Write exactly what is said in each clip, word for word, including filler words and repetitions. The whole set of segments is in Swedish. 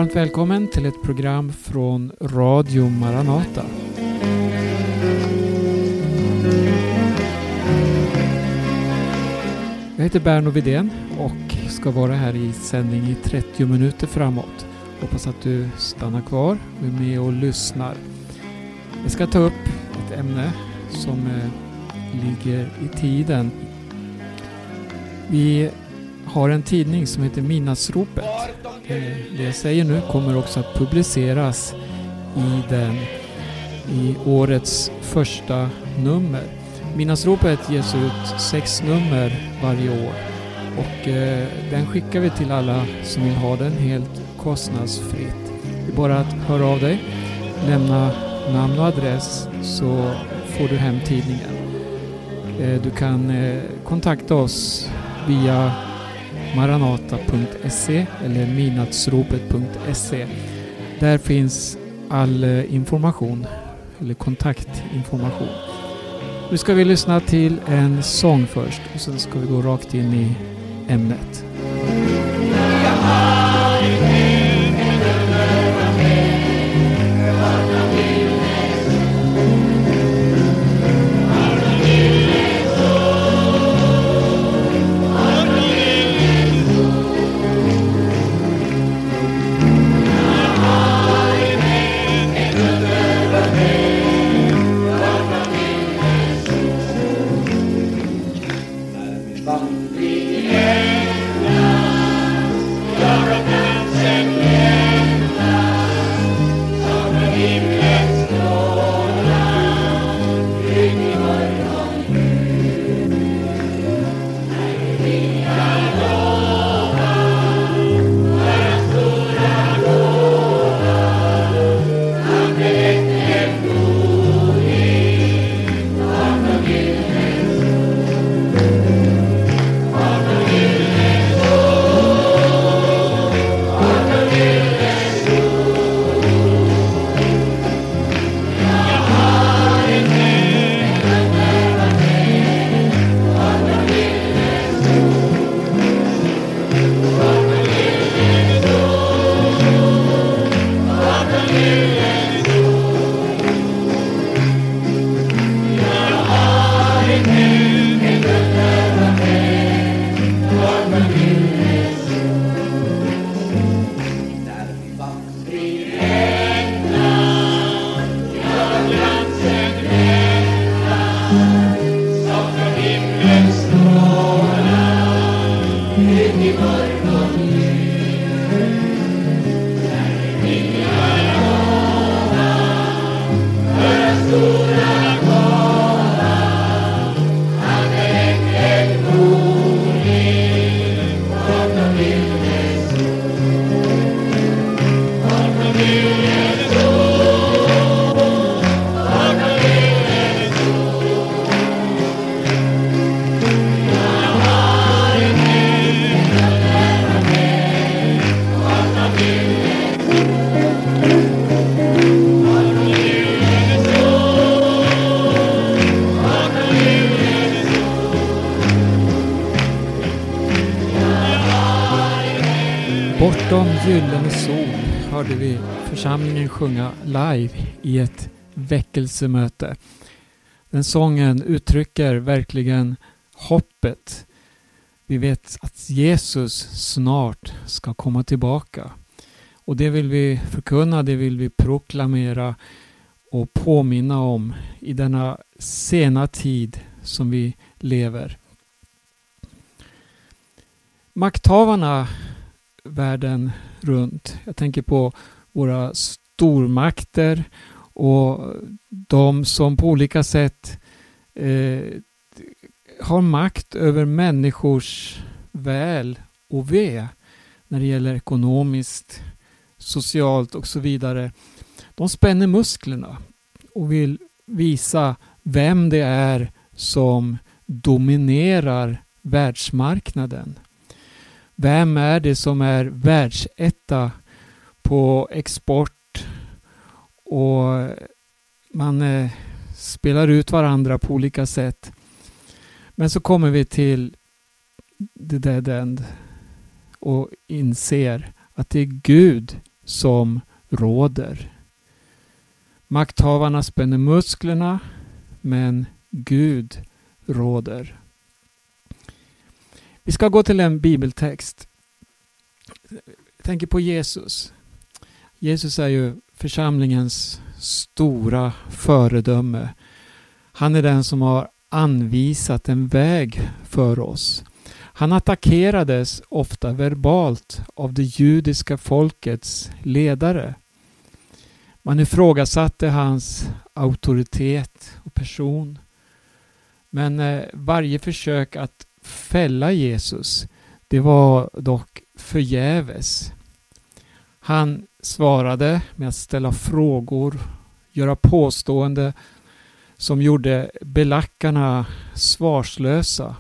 Varmt välkommen till ett program från Radio Maranata. Jag heter Berno Widén och ska vara här i sändning i trettio minuter framåt. Hoppas att du stannar kvar och är med och lyssnar. Jag ska ta upp ett ämne som eh, ligger i tiden. Vi har en tidning som heter Midnattsropet. Eh, det jag säger nu kommer också att publiceras i den i årets första nummer. Midnattsropet ges ut sex nummer varje år och eh, den skickar vi till alla som vill ha den helt kostnadsfritt. Det är bara att höra av dig, lämna namn och adress så får du hem tidningen. Eh, du kan eh, kontakta oss via maranata punkt se eller midnattsropet punkt se. Där finns all eh, information eller kontaktinformation. Nu ska vi lyssna till en sång först och sen ska vi gå rakt in i ämnet. Bortom gyllene sol hörde vi församlingen sjunga live i ett väckelsemöte. Den sången uttrycker verkligen hoppet. Vi vet att Jesus snart ska komma tillbaka. Och det vill vi förkunna, det vill vi proklamera och påminna om i denna sena tid som vi lever. Makthavarna världen runt. Jag tänker på våra stormakter och de som på olika sätt eh, har makt över människors väl och ve när det gäller ekonomiskt, socialt och så vidare. De spänner musklerna och vill visa vem det är som dominerar världsmarknaden. Vem är det som är världsetta på export och man eh, spelar ut varandra på olika sätt. Men så kommer vi till the dead end och inser att det är Gud som råder. Makthavarna spänner musklerna, men Gud råder. Vi ska gå till en bibeltext. Jag tänker på Jesus. Jesus är ju församlingens stora föredöme. Han är den som har anvisat en väg för oss. Han attackerades ofta verbalt av det judiska folkets ledare. Man ifrågasatte hans auktoritet och person. Men eh, varje försök att fälla Jesus, det var dock förgäves. Han svarade med att ställa frågor, göra påstående som gjorde belackarna svarslösa.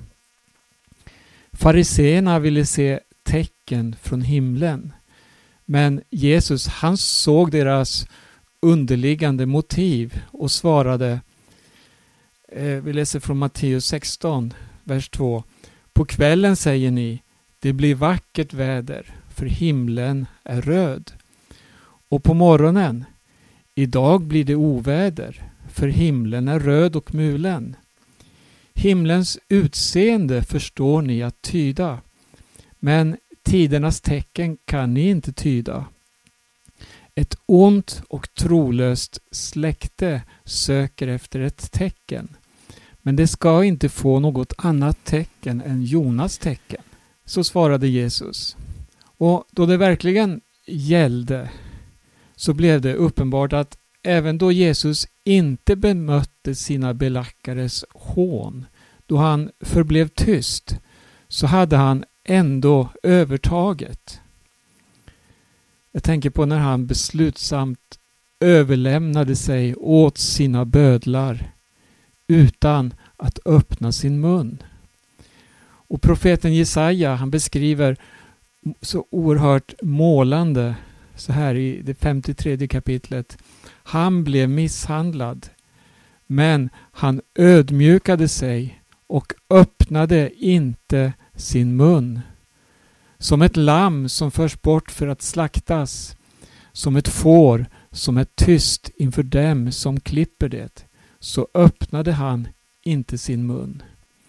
Fariseerna ville se tecken från himlen, men Jesus, han såg deras underliggande motiv och svarade, eh, vi läser från Matteus sexton, vers två. På kvällen säger ni, det blir vackert väder, för himlen är röd. Och på morgonen, idag blir det oväder, för himlen är röd och mulen. Himlens utseende förstår ni att tyda, men tidernas tecken kan ni inte tyda. Ett ont och trolöst släkte söker efter ett tecken, men det ska inte få något annat tecken än Jonas tecken. Så svarade Jesus. Och då det verkligen gällde så blev det uppenbart att även då Jesus inte bemötte sina belackares hån, då han förblev tyst, så hade han ändå övertaget. Jag tänker på när han beslutsamt överlämnade sig åt sina bödlar utan att öppna sin mun. Och profeten Jesaja, han beskriver så oerhört målande så här i det femtiotredje kapitlet. Han blev misshandlad, men han ödmjukade sig och öppnade inte sin mun. Som ett lamm som förs bort för att slaktas, som ett får som är tyst inför dem som klipper det, så öppnade han inte sin mun.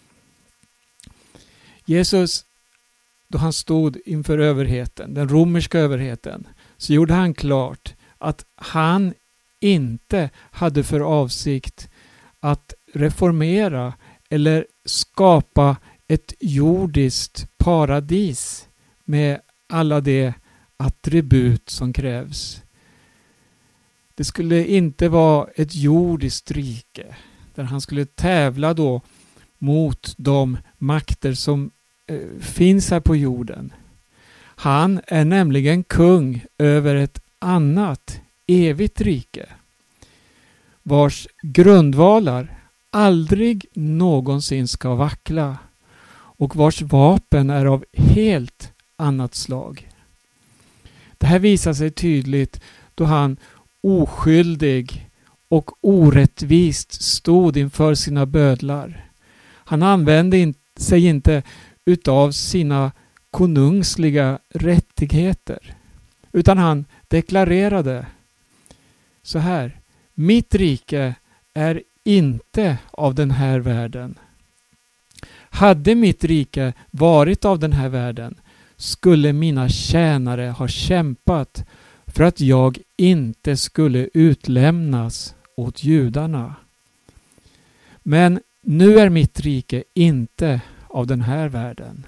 Jesus, då han stod inför överheten, den romerska överheten, så gjorde han klart att han inte hade för avsikt att reformera eller skapa ett jordiskt paradis med alla de attribut som krävs. Det skulle inte vara ett jordiskt rike där han skulle tävla då mot de makter som eh, finns här på jorden. Han är nämligen kung över ett annat evigt rike, vars grundvalar aldrig någonsin ska vackla och vars vapen är av helt annat slag. Det här visar sig tydligt då han oskyldig och orättvist stod inför sina bödlar. Han använde in, sig inte utav sina konungsliga rättigheter, utan han deklarerade så här: mitt rike är inte av den här världen. Hade mitt rike varit av den här världen skulle mina tjänare ha kämpat för att jag inte skulle utlämnas åt judarna. Men nu är mitt rike inte av den här världen.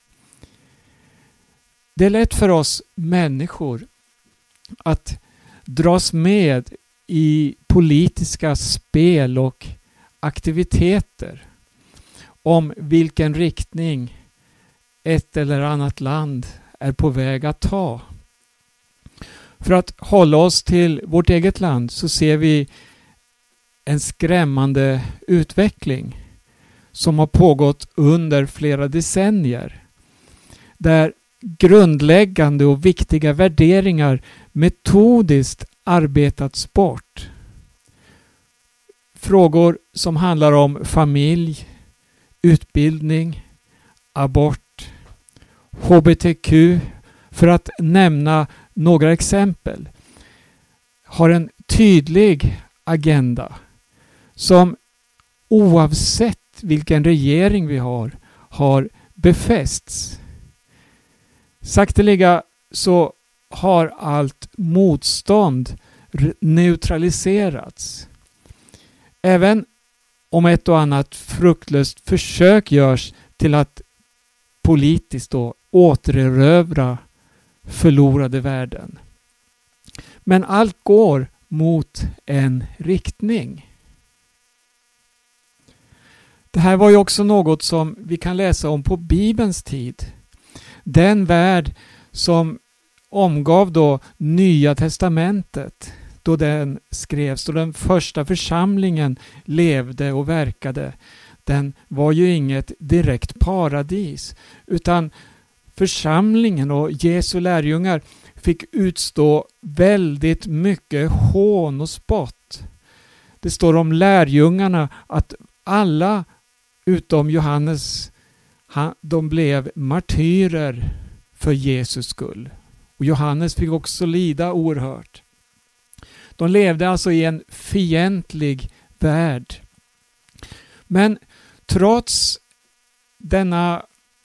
Det är lätt för oss människor att dras med i politiska spel och aktiviteter om vilken riktning ett eller annat land är på väg att ta. För att hålla oss till vårt eget land så ser vi en skrämmande utveckling som har pågått under flera decennier, där grundläggande och viktiga värderingar metodiskt arbetats bort. Frågor som handlar om familj, utbildning, abort, H B T Q, för att nämna några exempel, har en tydlig agenda som oavsett vilken regering vi har, har befästs. Sakteliga så har allt motstånd neutraliserats. Även om ett och annat fruktlöst försök görs till att politiskt då återerövra förlorade värden. Men allt går mot en riktning. Det här var ju också något som vi kan läsa om på Bibelns tid. Den värld som omgav då Nya testamentet då den skrevs, då den första församlingen levde och verkade. Den var ju inget direkt paradis, utan församlingen och Jesu lärjungar fick utstå väldigt mycket hån och spott. Det står om lärjungarna att alla utom Johannes, han, de blev martyrer för Jesus skull. Och Johannes fick också lida oerhört. De levde alltså i en fientlig värld. Men trots denna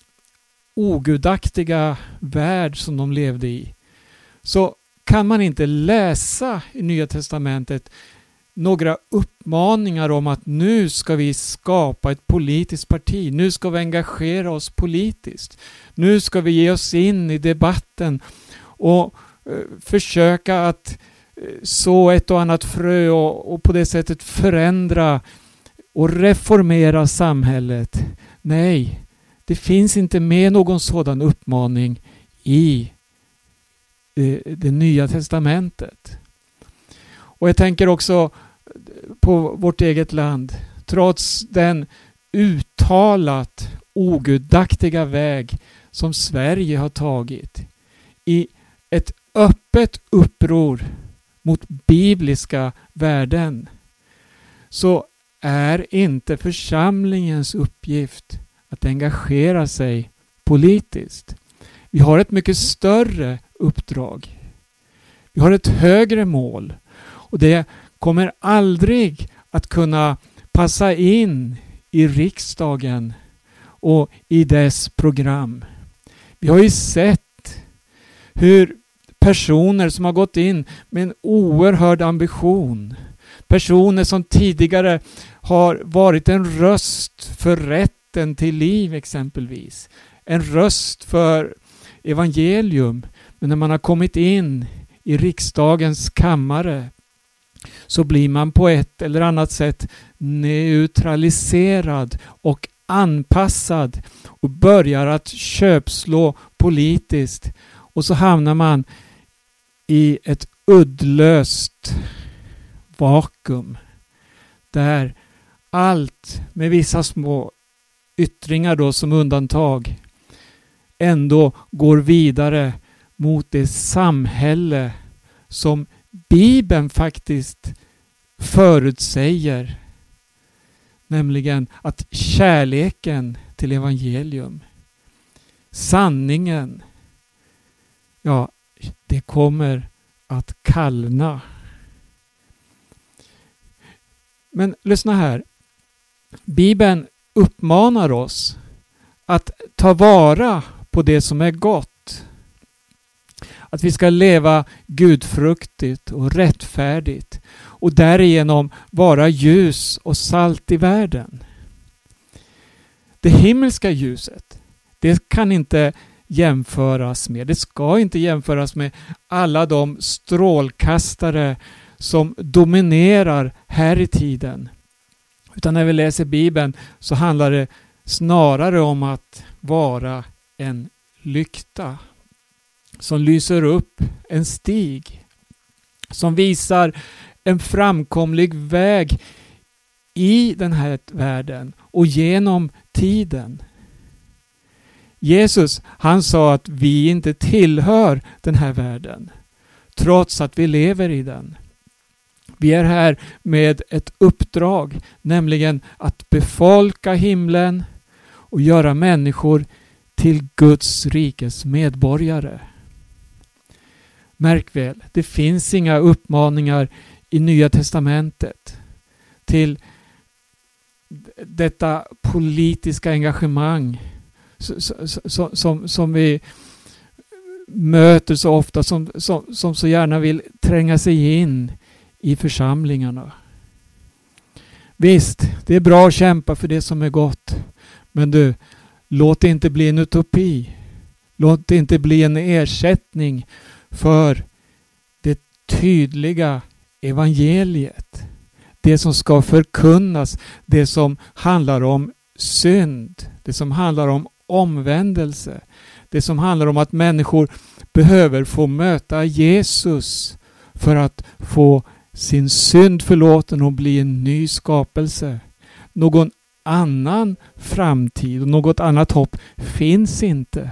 ogudaktiga värld som de levde i, så kan man inte läsa i Nya testamentet några uppmaningar om att nu ska vi skapa ett politiskt parti, nu ska vi engagera oss politiskt, nu ska vi ge oss in i debatten och eh, försöka att eh, så ett och annat frö och, och på det sättet förändra och reformera samhället. Nej, det finns inte med någon sådan uppmaning i eh, det Nya testamentet. Och jag tänker också på vårt eget land. Trots den uttalat ogudaktiga väg som Sverige har tagit i ett öppet uppror mot bibliska värden, så är inte församlingens uppgift att engagera sig politiskt. Vi har ett mycket större uppdrag. Vi har ett högre mål. Och det kommer aldrig att kunna passa in i riksdagen och i dess program. Vi har ju sett hur personer som har gått in med en oerhörd ambition, personer som tidigare har varit en röst för rätten till liv exempelvis, en röst för evangelium, men när man har kommit in i riksdagens kammare så blir man på ett eller annat sätt neutraliserad och anpassad och börjar att köpslå politiskt, och så hamnar man i ett uddlöst vakuum där allt, med vissa små yttringar då som undantag, ändå går vidare mot det samhälle som Bibeln faktiskt förutsäger, nämligen att kärleken till evangelium, sanningen, ja, det kommer att kallna. Men lyssna här. Bibeln uppmanar oss att ta vara på det som är gott. Att vi ska leva gudfruktigt och rättfärdigt och därigenom vara ljus och salt i världen. Det himmelska ljuset, det kan inte jämföras med, det ska inte jämföras med alla de strålkastare som dominerar här i tiden. Utan när vi läser Bibeln så handlar det snarare om att vara en lykta som lyser upp en stig, som visar en framkomlig väg i den här världen och genom tiden. Jesus, han sa att vi inte tillhör den här världen, trots att vi lever i den. Vi är här med ett uppdrag, nämligen att befolka himlen och göra människor till Guds rikes medborgare. Märk väl, det finns inga uppmaningar i Nya testamentet till detta politiska engagemang som, som, som, som vi möter så ofta, som, som, som så gärna vill tränga sig in i församlingarna. Visst, det är bra att kämpa för det som är gott. Men du, låt det inte bli en utopi. Låt det inte bli en ersättning för det tydliga evangeliet. Det som ska förkunnas, det som handlar om synd, det som handlar om omvändelse, det som handlar om att människor behöver få möta Jesus för att få sin synd förlåten och bli en ny skapelse. Någon annan framtid och något annat hopp finns inte.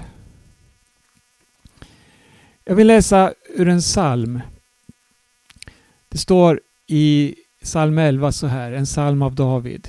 Jag vill läsa ur en psalm. Det står i psalm elva så här, en psalm av David.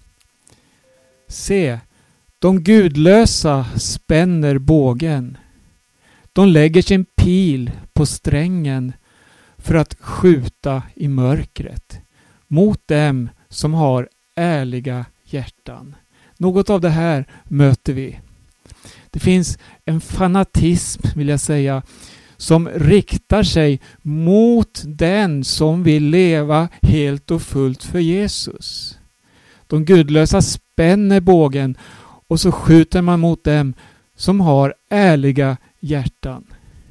Se, de gudlösa spänner bågen. De lägger sin pil på strängen för att skjuta i mörkret mot dem som har ärliga hjärtan. Något av det här möter vi. Det finns en fanatism, vill jag säga, som riktar sig mot den som vill leva helt och fullt för Jesus. De gudlösa spänner bågen och så skjuter man mot dem som har ärliga hjärtan.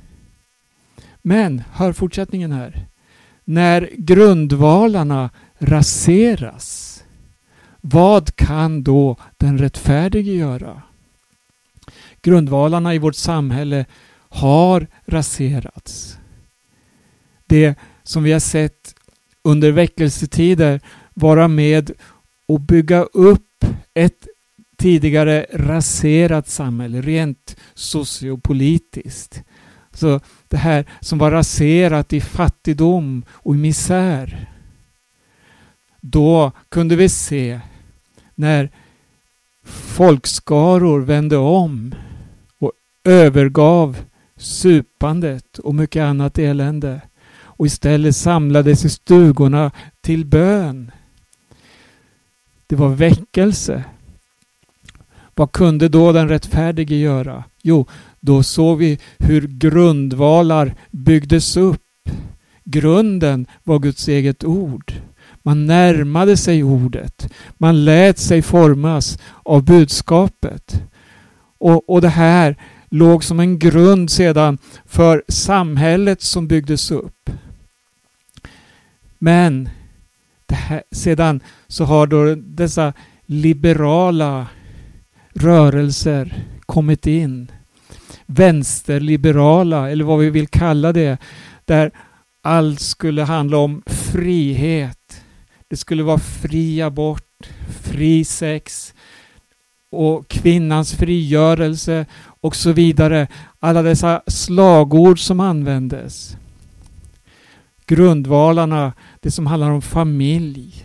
Men, hör fortsättningen här. När grundvalarna raseras, vad kan då den rättfärdige göra? Grundvalarna i vårt samhälle har raserats. Det som vi har sett under väckelsetider vara med och bygga upp ett tidigare raserat samhälle, rent sociopolitiskt. Så det här som var raserat i fattigdom och i misär. Då kunde vi se när folkskaror vände om och övergav supandet och mycket annat elände och istället samlades i stugorna till bön. Det var väckelse. Vad kunde då den rättfärdige göra? Jo, då såg vi hur grundvalar byggdes upp. Grunden var Guds eget ord. Man närmade sig ordet. Man lät sig formas av budskapet. Och, och det här låg som en grund sedan för samhället som byggdes upp. Men det här, sedan så har då dessa liberala rörelser kommit in. Vänsterliberala, eller vad vi vill kalla det, där allt skulle handla om frihet. Det skulle vara fri abort, fri sex och kvinnans frigörelse och så vidare. Alla dessa slagord som användes. Grundvalarna, det som handlar om familj.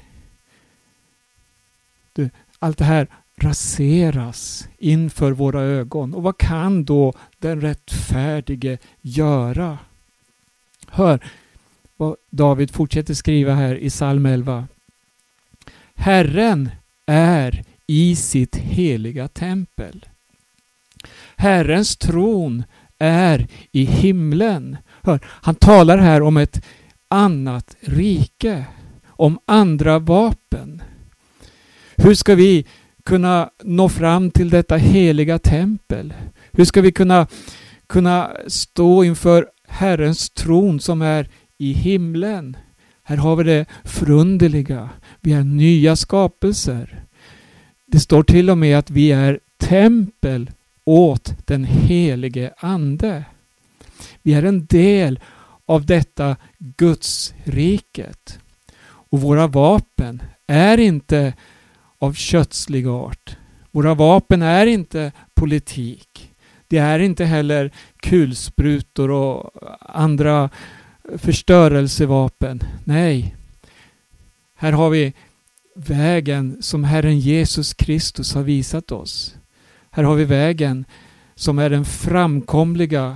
Du, allt det här raseras inför våra ögon. Och vad kan då den rättfärdige göra? Hör vad David fortsätter skriva här i psalm elva. Herren är i sitt heliga tempel. Herrens tron är i himlen. Hör, han talar här om ett annat rike, om andra vapen. Hur ska vi kunna nå fram till detta heliga tempel? Hur ska vi kunna, kunna stå inför Herrens tron som är i himlen? Här har vi det förunderliga. Vi är nya skapelser. Det står till och med att vi är tempel åt den helige ande. Vi är en del av detta Guds riket. Och våra vapen är inte av kötslig art. Våra vapen är inte politik. Det är inte heller kulsprutor och andra förstörelsevapen. Nej. Här har vi vägen som Herren Jesus Kristus har visat oss. Här har vi vägen som är den framkomliga.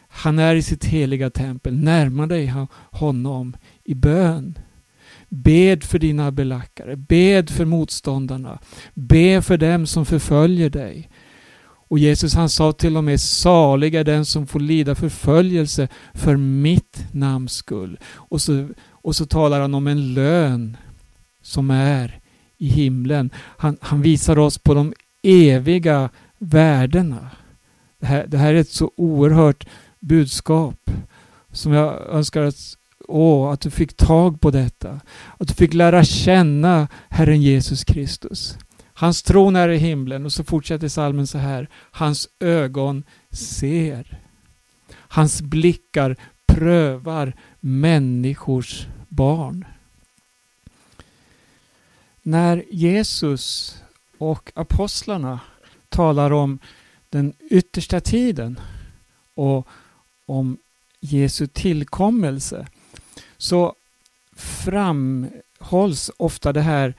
Han är i sitt heliga tempel. Närma dig honom i bön. Bed för dina belackare. Bed för motståndarna. Be för dem som förföljer dig. Och Jesus han sa till och med, salig är den som får lida förföljelse för mitt namns skull. Och så, och så talar han om en lön som är i himlen. Han, han visar oss på de eviga värdena. Det här, det här är ett så oerhört budskap som jag önskar att, åh, att du fick tag på detta. Att du fick lära känna Herren Jesus Kristus. Hans tron är i himlen, och så fortsätter salmen så här. Hans ögon ser. Hans blickar prövar människors barn. När Jesus och apostlarna talar om den yttersta tiden och om Jesu tillkommelse, så framhålls ofta det här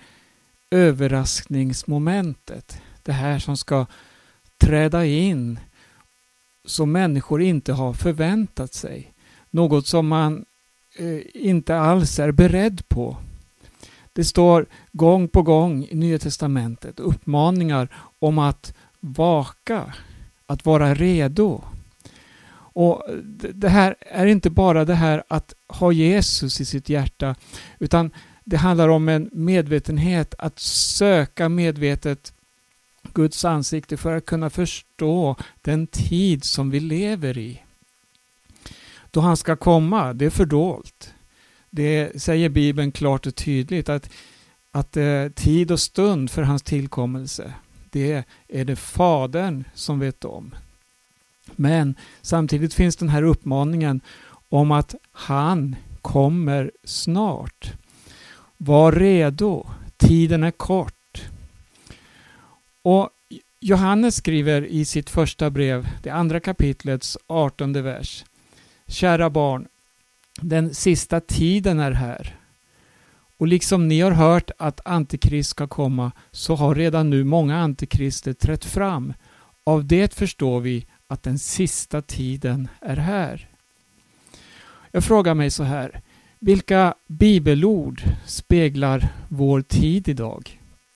överraskningsmomentet. Det här som ska träda in som människor inte har förväntat sig. Något som man eh, inte alls är beredd på. Det står gång på gång i Nya testamentet uppmaningar om att vaka, att vara redo. Och det här är inte bara det här att ha Jesus i sitt hjärta, utan det handlar om en medvetenhet att söka medvetet Guds ansikte för att kunna förstå den tid som vi lever i. Då han ska komma, det är fördolt. Det säger Bibeln klart och tydligt att, att eh, tid och stund för hans tillkommelse, det är det Fadern som vet om. Men samtidigt finns den här uppmaningen om att han kommer snart. Var redo, tiden är kort. Och Johannes skriver i sitt första brev, det andra kapitlets artonde vers. Kära barn, den sista tiden är här. Och liksom ni har hört att antikrist ska komma, så har redan nu många antikrister trätt fram. Av det förstår vi att den sista tiden är här. Jag frågar mig så här, vilka bibelord speglar vår tid idag?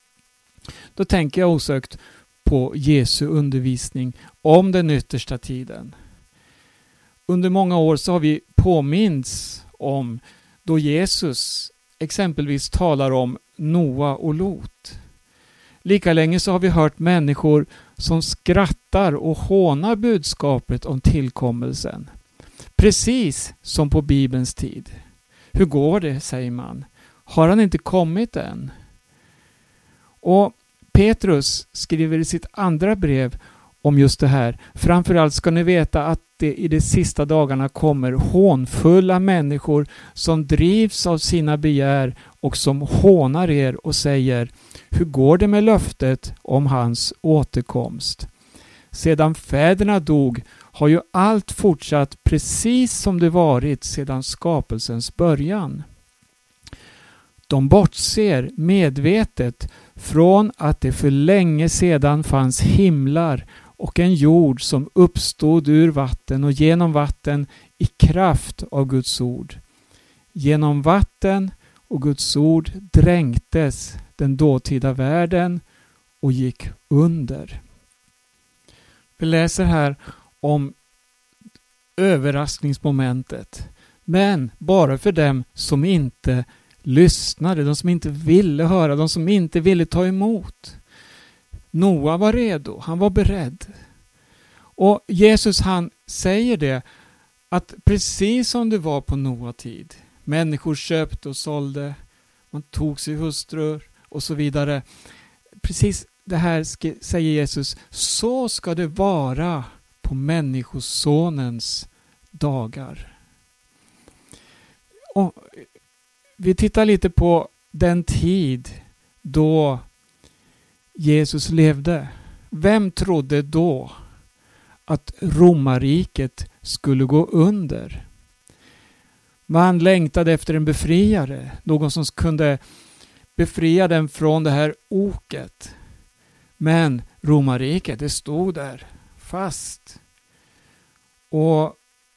Då tänker jag osökt på Jesu undervisning om den yttersta tiden. Under många år så har vi påminns om då Jesus exempelvis talar om Noa och Lot. Lika länge så har vi hört människor som skrattar och hånar budskapet om tillkommelsen. Precis som på Bibelns tid. Hur går det, säger man. Har han inte kommit än? Och Petrus skriver i sitt andra brev om just det här. Framförallt ska ni veta att det i de sista dagarna kommer hånfulla människor som drivs av sina begär och som hånar er och säger: hur går det med löftet om hans återkomst? Sedan fäderna dog har ju allt fortsatt precis som det varit sedan skapelsens början. De bortser medvetet från att det för länge sedan fanns himlar och en jord som uppstod ur vatten och genom vatten i kraft av Guds ord. Genom vatten och Guds ord dränktes den dåtida världen och gick under. Vi läser här om överraskningsmomentet, men bara för dem som inte lyssnade, de som inte ville höra, de som inte ville ta emot. Noa var redo, han var beredd. Och Jesus han säger det, att precis som det var på Noa tid, människor köpte och sålde, man tog sig hustrur och så vidare. Precis det här säger Jesus, så ska det vara på människosonens dagar. Och vi tittar lite på den tid då Jesus levde. Vem trodde då att romarriket skulle gå under? Man längtade efter en befriare, någon som kunde befria dem från det här oket. Men romarriket, det stod där fast. Och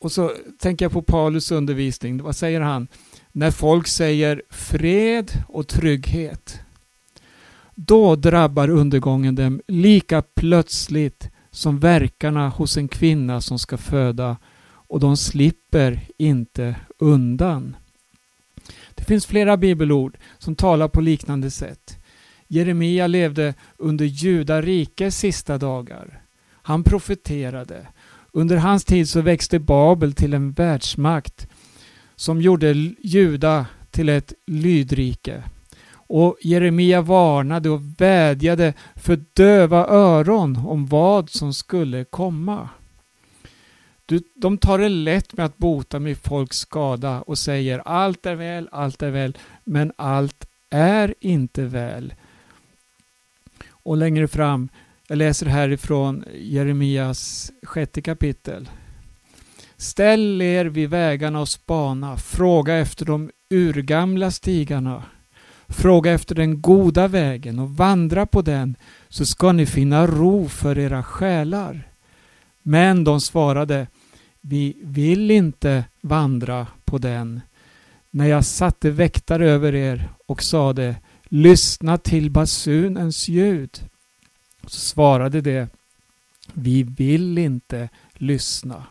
Och så tänker jag på Paulus undervisning. Vad säger han? När folk säger fred och trygghet, då drabbar undergången dem lika plötsligt som verkarna hos en kvinna som ska föda, och de slipper inte undan. Det finns flera bibelord som talar på liknande sätt. Jeremia levde under Judarikes sista dagar. Han profeterade. Under hans tid så växte Babel till en världsmakt som gjorde Juda till ett lydrike. Och Jeremia varnade och vädjade för döva öron om vad som skulle komma. De tar det lätt med att bota med folks skada och säger allt är väl, allt är väl, men allt är inte väl. Och längre fram, jag läser härifrån Jeremias sjätte kapitel. Ställ er vid vägarna och spana, fråga efter de urgamla stigarna. Fråga efter den goda vägen och vandra på den, så ska ni finna ro för era själar. Men de svarade, vi vill inte vandra på den. När jag satte väktare över er och sade, lyssna till basunens ljud, så svarade det, vi vill inte lyssna.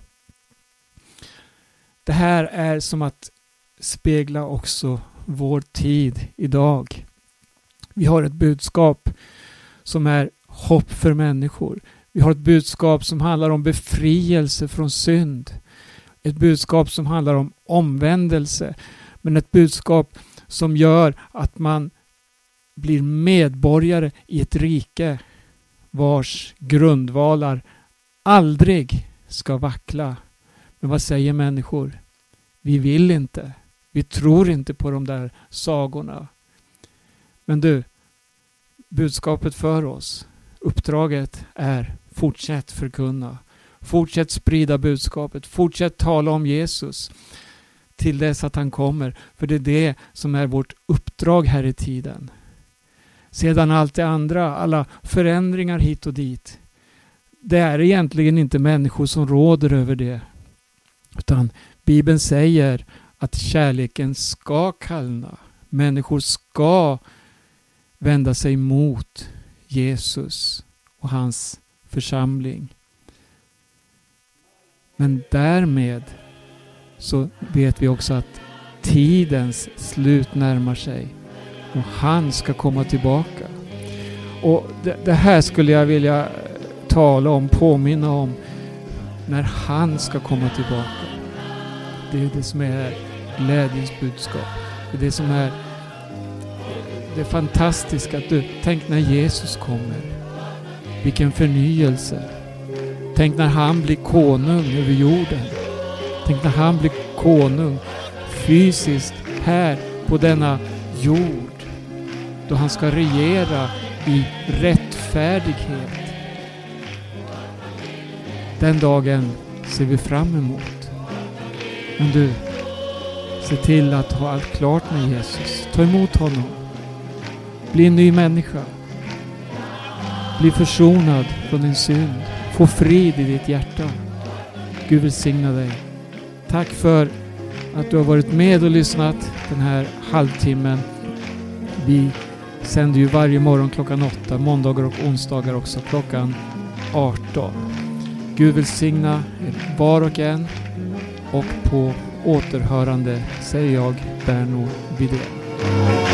Det här är som att spegla också vår tid idag. Vi har ett budskap som är hopp för människor. Vi har ett budskap som handlar om befrielse från synd. Ett budskap som handlar om omvändelse. Men ett budskap som gör att man blir medborgare i ett rike vars grundvalar aldrig ska vackla. Men vad säger människor? Vi vill inte. Vi tror inte på de där sagorna. Men du, budskapet för oss, uppdraget är fortsätt förkunna. Fortsätt sprida budskapet. Fortsätt tala om Jesus till dess att han kommer. För det är det som är vårt uppdrag här i tiden. Sedan allt det andra, alla förändringar hit och dit. Det är egentligen inte människor som råder över det. Utan Bibeln säger att kärleken ska kallna. Människor ska vända sig mot Jesus och hans församling. Men därmed så vet vi också att tidens slut närmar sig. Och han ska komma tillbaka. Och det, det här skulle jag vilja tala om, påminna om. När han ska komma tillbaka. Det är det som är glädjens budskap. Det är det som är det fantastiska. Att du, tänk när Jesus kommer. Vilken förnyelse. Tänk när han blir konung över jorden. Tänk när han blir konung fysiskt här på denna jord. Då han ska regera i rättfärdighet. Den dagen ser vi fram emot. Men du, se till att ha allt klart med Jesus. Ta emot honom. Bli en ny människa. Bli försonad från din synd. Få frid i ditt hjärta. Gud välsigna dig. Tack för att du har varit med och lyssnat den här halvtimmen. Vi sänder ju varje morgon klockan åtta, måndagar och onsdagar också klockan arton. Gud välsigna var och en, och på återhörande säger jag, Berno Widén.